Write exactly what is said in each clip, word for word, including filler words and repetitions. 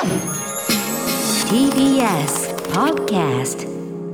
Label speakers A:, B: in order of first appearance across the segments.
A: ティービーエス Podcast。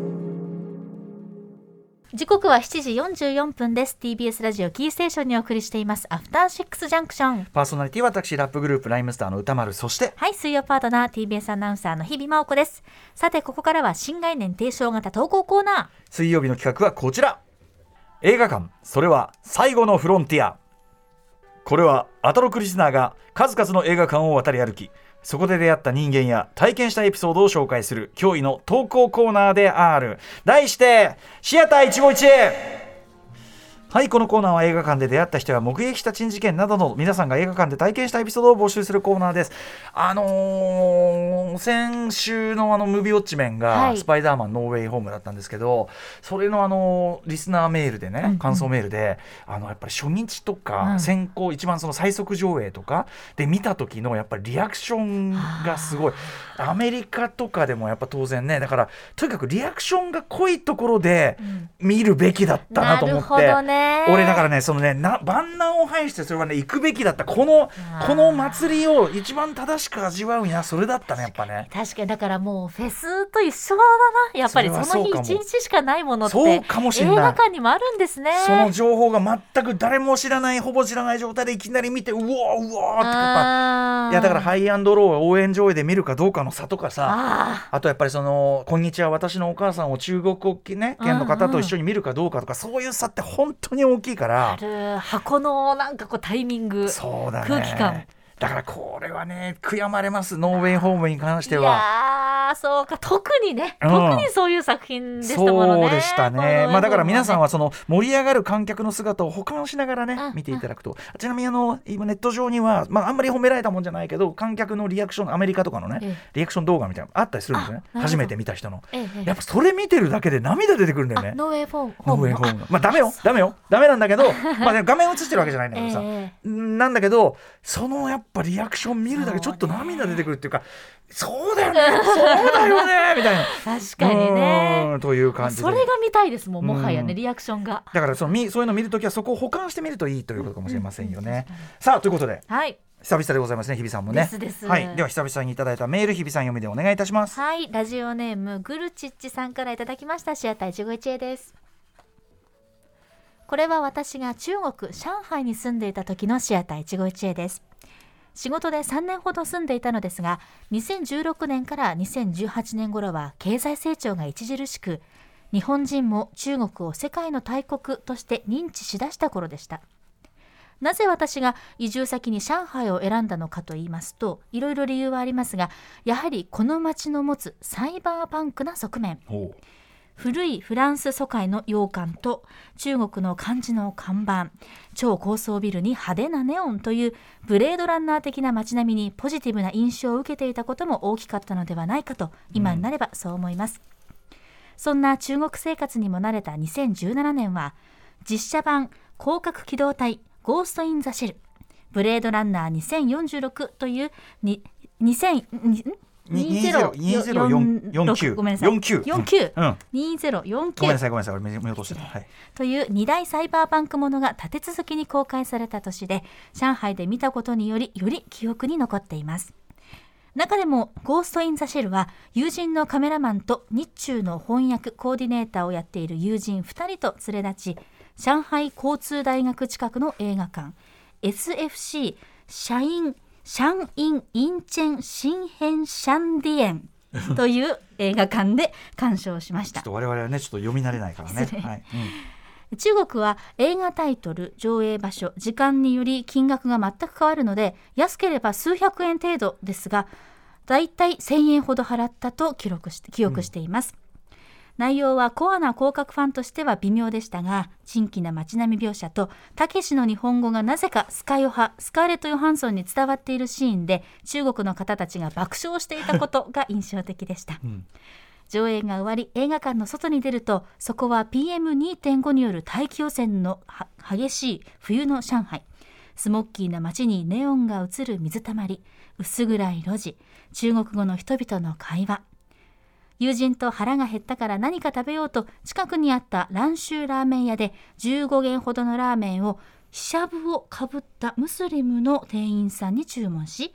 A: 時刻はしちじよんじゅうよんぷんです。 ティービーエス ラジオキーステーションにお送りしていますアフターシックスジャンクション。
B: パーソナリティは私ラップグループライムスターの歌丸、そして
A: はい、水曜パートナー ティービーエス アナウンサーの日々真央子です。さてここからは新概念提唱型投稿コーナー。
B: 水曜日の企画はこちら。映画館、それは最後のフロンティア。これはアトロクリスナーが数々の映画館を渡り歩き、そこで出会った人間や体験したエピソードを紹介する驚異の投稿コーナーである。題してシアター一期一会。はい、このコーナーは映画館で出会った人や目撃した珍事件などの皆さんが映画館で体験したエピソードを募集するコーナーです。あのー、先週のあのムービーウォッチメンがスパイダーマンノーウェイホームだったんですけど、はい、それのあのリスナーメールでね、うんうん、感想メールであのやっぱり初日とか先行、うん、一番その最速上映とかで見た時のやっぱりリアクションがすごい。アメリカとかでもやっぱ当然ね、だからとにかくリアクションが濃いところで見るべきだったなと思って、うん、なるほどね。俺だからね、そのね、な万難を排してそれはね行くべきだった。このこの祭りを一番正しく味わうにはそれだったね、やっぱね。
A: 確かに、だからもうフェスと一緒だな、やっぱり。その日一日しかないものって
B: そうかもしれない。
A: 映画館にもあるんですね。
B: その情報が全く誰も知らない、ほぼ知らない状態でいきなり見て、うわうわーってやっぱ、いやだからハイアンドローを応援上映で見るかどうかの差とかさ、 あ, あとやっぱりそのこんにちは私のお母さんを中国系、ね、県の方と一緒に見るかどうかとか、そういう差って本当に大きいから。
A: ある箱のなんかこうタイミング、
B: そうだね、
A: 空気感。
B: だからこれはね悔やまれます。ノーウェイホームに関しては。
A: いやそうか、特にね、うん、特にそういう作品でしたものね。
B: そうでしたね。まあ、だから皆さんはその盛り上がる観客の姿を補完しながらね、うん、見ていただくと。ちなみにあの今ネット上には、まあ、あんまり褒められたもんじゃないけど、観客のリアクション、アメリカとかのね、ええ、リアクション動画みたいなのあったりするんですよね。初めて見た人の、ええ、やっぱそれ見てるだけで涙出てくるんだよね。
A: ノーウェイホーム、
B: ノーウェイホーム、まあダメよダメよダメなんだけどまあ画面映してるわけじゃないんだけどさ、ええ、なんだけどそのやっぱリアクション見るだけちょっと涙出てくるっていうか、そうだよねそうだよねみたいな。
A: 確かにね、
B: という感じで、
A: それが見たいですもん、もはやね、リアクションが。
B: だからそのそういうの見るときはそこを補完してみるといいということかもしれませんよね、うんうん、さあということで、はい、久々でございますね、日比さんもね。
A: ですです、
B: はい、では久々にいただいたメール、日比さん読みでお願いいたします。
A: はい、ラジオネームグルチッチさんからいただきました。シアター一期一会です。これは私が中国上海に住んでいた時のシアター一期一会です。仕事でさんねんほど住んでいたのですが、にせんじゅうろくねんからにせんじゅうはちねん頃は経済成長が著しく、日本人も中国を世界の大国として認知しだした頃でした。なぜ私が移住先に上海を選んだのかと言いますと、いろいろ理由はありますが、やはりこの街の持つサイバーパンクな側面、古いフランス租界の洋館と中国の漢字の看板、超高層ビルに派手なネオンというブレードランナー的な街並みにポジティブな印象を受けていたことも大きかったのではないかと今になればそう思います、うん、そんな中国生活にも慣れたにせんじゅうななねんは実写版広角機動隊ゴースト・イン・ザ・シェル、ブレードランナーにせんよんじゅうろくというににせんにせんよんじゅうろくごめんなさいよんじゅうきゅう、うん、にせんよんじゅうきゅう、ごめんなさいごめんなさい俺見落としてた、はい、というに大サイバーパンクものが立て続けに公開された年で、上海で見たことによりより記憶に残っています。中でもゴースト・イン・ザ・シェルは友人のカメラマンと日中の翻訳コーディネーターをやっている友人ふたりと連れ立ち、上海交通大学近くの映画館 エスエフシー シャインシャンインインチェン新編シャンディエンという映画館で鑑賞しました。
B: ちょっと我々はねちょっと読み慣れないからね、はい
A: うん、中国は映画タイトル、上映場所、時間により金額が全く変わるので、安ければ数百円程度ですが、だいたいせんえんほど払ったと記録して記憶しています、うん、内容はコアな広角ファンとしては微妙でしたが、珍奇な街並み描写とたけしの日本語がなぜかスカヨハスカーレット・ヨハンソンに伝わっているシーンで中国の方たちが爆笑していたことが印象的でした、うん、上映が終わり映画館の外に出ると、そこは ピーエムにてんご による大気汚染の激しい冬の上海、スモッキーな街にネオンが映る水たまり、薄暗い路地、中国語の人々の会話。友人と腹が減ったから何か食べようと近くにあった蘭州ラーメン屋でじゅうごげんほどのラーメンをヒシャブをかぶったムスリムの店員さんに注文し、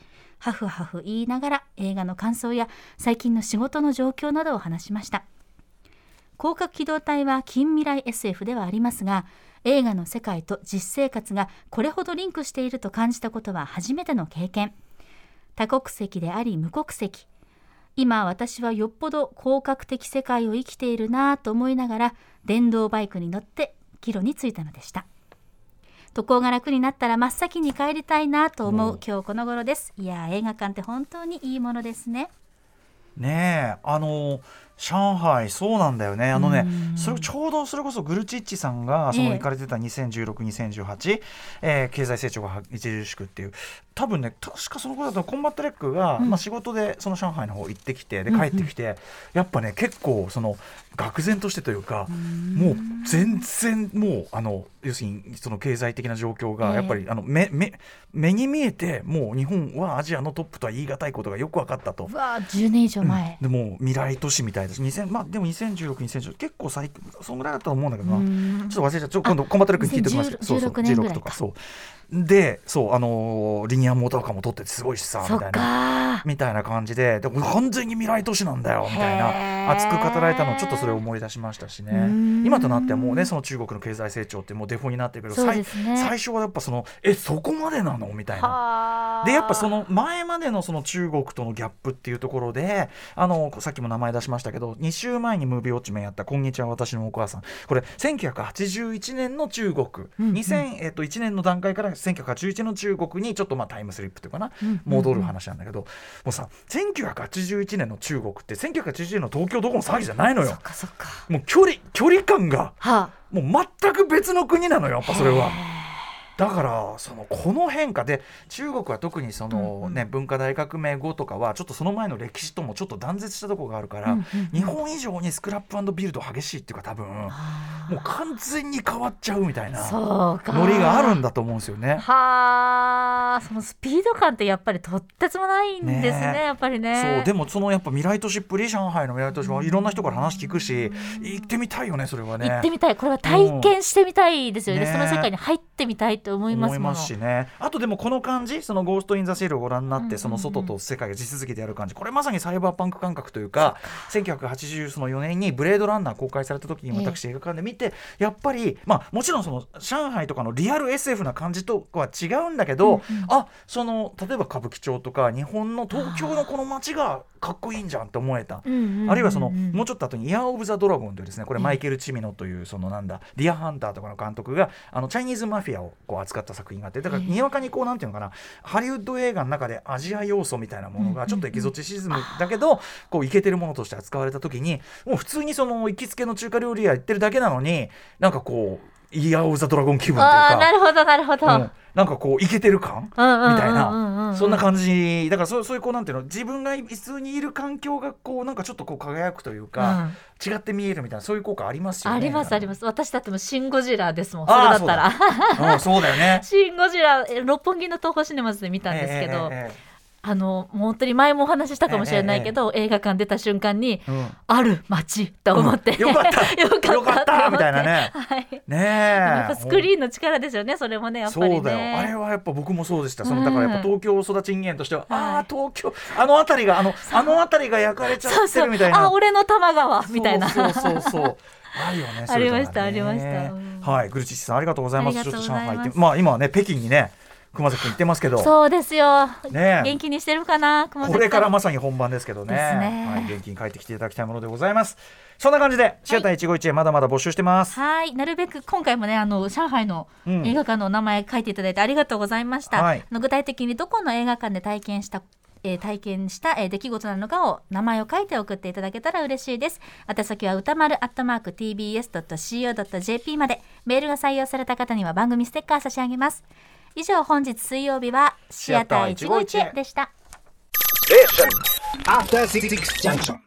A: ハフハフ言いながら映画の感想や最近の仕事の状況などを話しました。広角機動隊は近未来 エスエフ ではありますが、映画の世界と実生活がこれほどリンクしていると感じたことは初めての経験。多国籍であり無国籍、今私はよっぽど広角的世界を生きているなぁと思いながら電動バイクに乗って帰路に着いたのでした。渡航が楽になったら真っ先に帰りたいなと思う今日この頃です。いや映画館って本当にいいものですね。
B: ねえ、あの上海そうなんだよね。あのね、それちょうどそれこそグルチッチさんがその行かれてたにせんじゅうろく、にせんじゅうはち、えー、経済成長が著しくっていう、多分ね確かその頃だとコンバットレックが、うんまあ、仕事でその上海の方行ってきてで帰ってきて、うんうん、やっぱね結構その愕然としてというか、もう全然もうあの要するにその経済的な状況がやっぱり、えー、あの 目, 目, 目に見えて、もう日本はアジアのトップとは言い難いことがよく分かったと。
A: うわじゅうねん以上前、
B: うん、でも未来都市みたいです。にせん、まあ、でもにせんじゅうろく、にせんじゅうろく結構最近そんぐらいだったと思うんだけどな、ちょっと忘れちゃった。今度コンバットレックに聞いておきます。
A: じゅうろくねんぐらいか。
B: そうそうじゅうろくとかそうで、そうあのー、リニアモーターカーも撮っててすごいしさみたいなみたいな感じで、でも完全に未来都市なんだよみたいな熱く語られたのをちょっとそれを思い出しましたしね。今となってはもうねその中国の経済成長ってもうデフォになってくるけど、ね、最初はやっぱそのえそこまでなのみたいなで、やっぱその前までのその中国とのギャップっていうところで、あのさっきも名前出しましたけどに週前にムービーウォッチメンやったこんにちは私のお母さん、これせんきゅうひゃくはちじゅういちねんの中国、うんうん、にせんいちねんの段階からせんきゅうひゃくはちじゅういちねんの中国にちょっとまあタイムスリップというかな、うんうんうん、戻る話なんだけど、もうさせんきゅうひゃくはちじゅういちねんの中国ってせんきゅうひゃくはちじゅういちねんの東京どこの騒ぎじゃないのよ。
A: そっかそっか、
B: もう距離距離感が、はあ、もう全く別の国なのよやっぱそれは。だからそのこの変化で中国は特にその、ねうんうん、文化大革命後とかはちょっとその前の歴史ともちょっと断絶したところがあるから、うんうんうん、日本以上にスクラップ&ビルド激しいっていうか多分もう完全に変わっちゃうみたいなノリがあるんだと思うんですよね。
A: はあ、そのスピード感ってやっぱりとってつもないんです ね, ねやっぱりね。
B: そうでもそのやっぱ未来都市っぷり、上海の未来都市はいろんな人から話聞くし、行ってみたいよねそれはね。
A: 行ってみたい、これは体験してみたいですよね、うん、ね、その世界に入ってみたいと思いますもの。
B: 思いますしね。あとでもこの感じ、そのゴーストインザシェルをご覧になって、うんうんうん、その外と世界が地続きでやる感じ、これまさにサイバーパンク感覚というか、せんきゅうひゃくはちじゅうよねんにブレードランナー公開された時に私映画館で見て、ええ、やっぱり、まあ、もちろんその上海とかのリアル エスエフ な感じとは違うんだけど、うんうん、あその例えば歌舞伎町とか日本の東京のこの街がかっこいいんじゃんって思えた、うんうんうん、あるいはそのもうちょっと後にイヤー・オブ・ザ・ドラゴンというですね、これマイケル・チミノというそのなんだディア・ハンターとかの監督があのチャイニーズマフィアをこう扱った作品があって、だからにわかにこうなんていうのかな、ハリウッド映画の中でアジア要素みたいなものがちょっとエキゾチシズムだけどこうイケてるものとして扱われた時に、もう普通にその行きつけの中華料理屋行ってるだけなのに、なんかこうイヤー・オブ・ザ・ドラゴン気分というか、
A: あなるほどなるほど、うん、なん
B: かこうイケてる感、うんうんうんうん、みたいな、そんな感じだから、そ う, そういうこうなんていうの、自分が普通にいる環境がこうなんかちょっとこう輝くというか、うん、違って見えるみたいな、そういう効果ありますよね。
A: ありますあります。私だってもシン・ゴジラですもん、それだったら。
B: そうだ、うん、そうだよね。
A: シン・ゴジラ六本木の東宝シネマズで見たんですけど、えーえーえーあのもう本当に前もお話ししたかもしれないけど、ええええ、映画館出た瞬間に、うん、ある街と思って、うん、
B: よかった
A: よかった
B: よかったみたいなね、
A: はい、
B: ねえ、
A: やっぱスクリーンの力ですよね、それもね、やっぱりね。
B: そうだよ、あれはやっぱ僕もそうでした。そのだからやっぱ東京育ち人間としては、うん、ああ東京あの辺りがあのあの辺りが焼かれちゃってるみたいな、
A: そうそう、あ俺の多摩川みたいな、
B: そうそうそうそうあるよね、
A: ありましたありました、うん、
B: はい、グルチッチさんありがとうございます。ちょっと上海行って、まあ今はね北京にね熊崎君行ってますけど、
A: そうですよ、ね、元気にしてるかな熊崎。
B: これからまさに本番ですけど ね, ね、はい、元気に帰ってきていただきたいものでございます。そんな感じでシアターいちごいちへまだまだ募集してます。
A: はい、なるべく今回もねあの上海の映画館の名前書いていただいてありがとうございました、うん、はい、あの具体的にどこの映画館で体験したえー、体験した、えー、出来事なのかを名前を書いて送っていただけたら嬉しいです。宛先は歌丸アットマーク ティービーエスドットシーオードットジェーピー まで。メールが採用された方には番組ステッカー差し上げます。以上、本日水曜日はシアターいちごいちでした。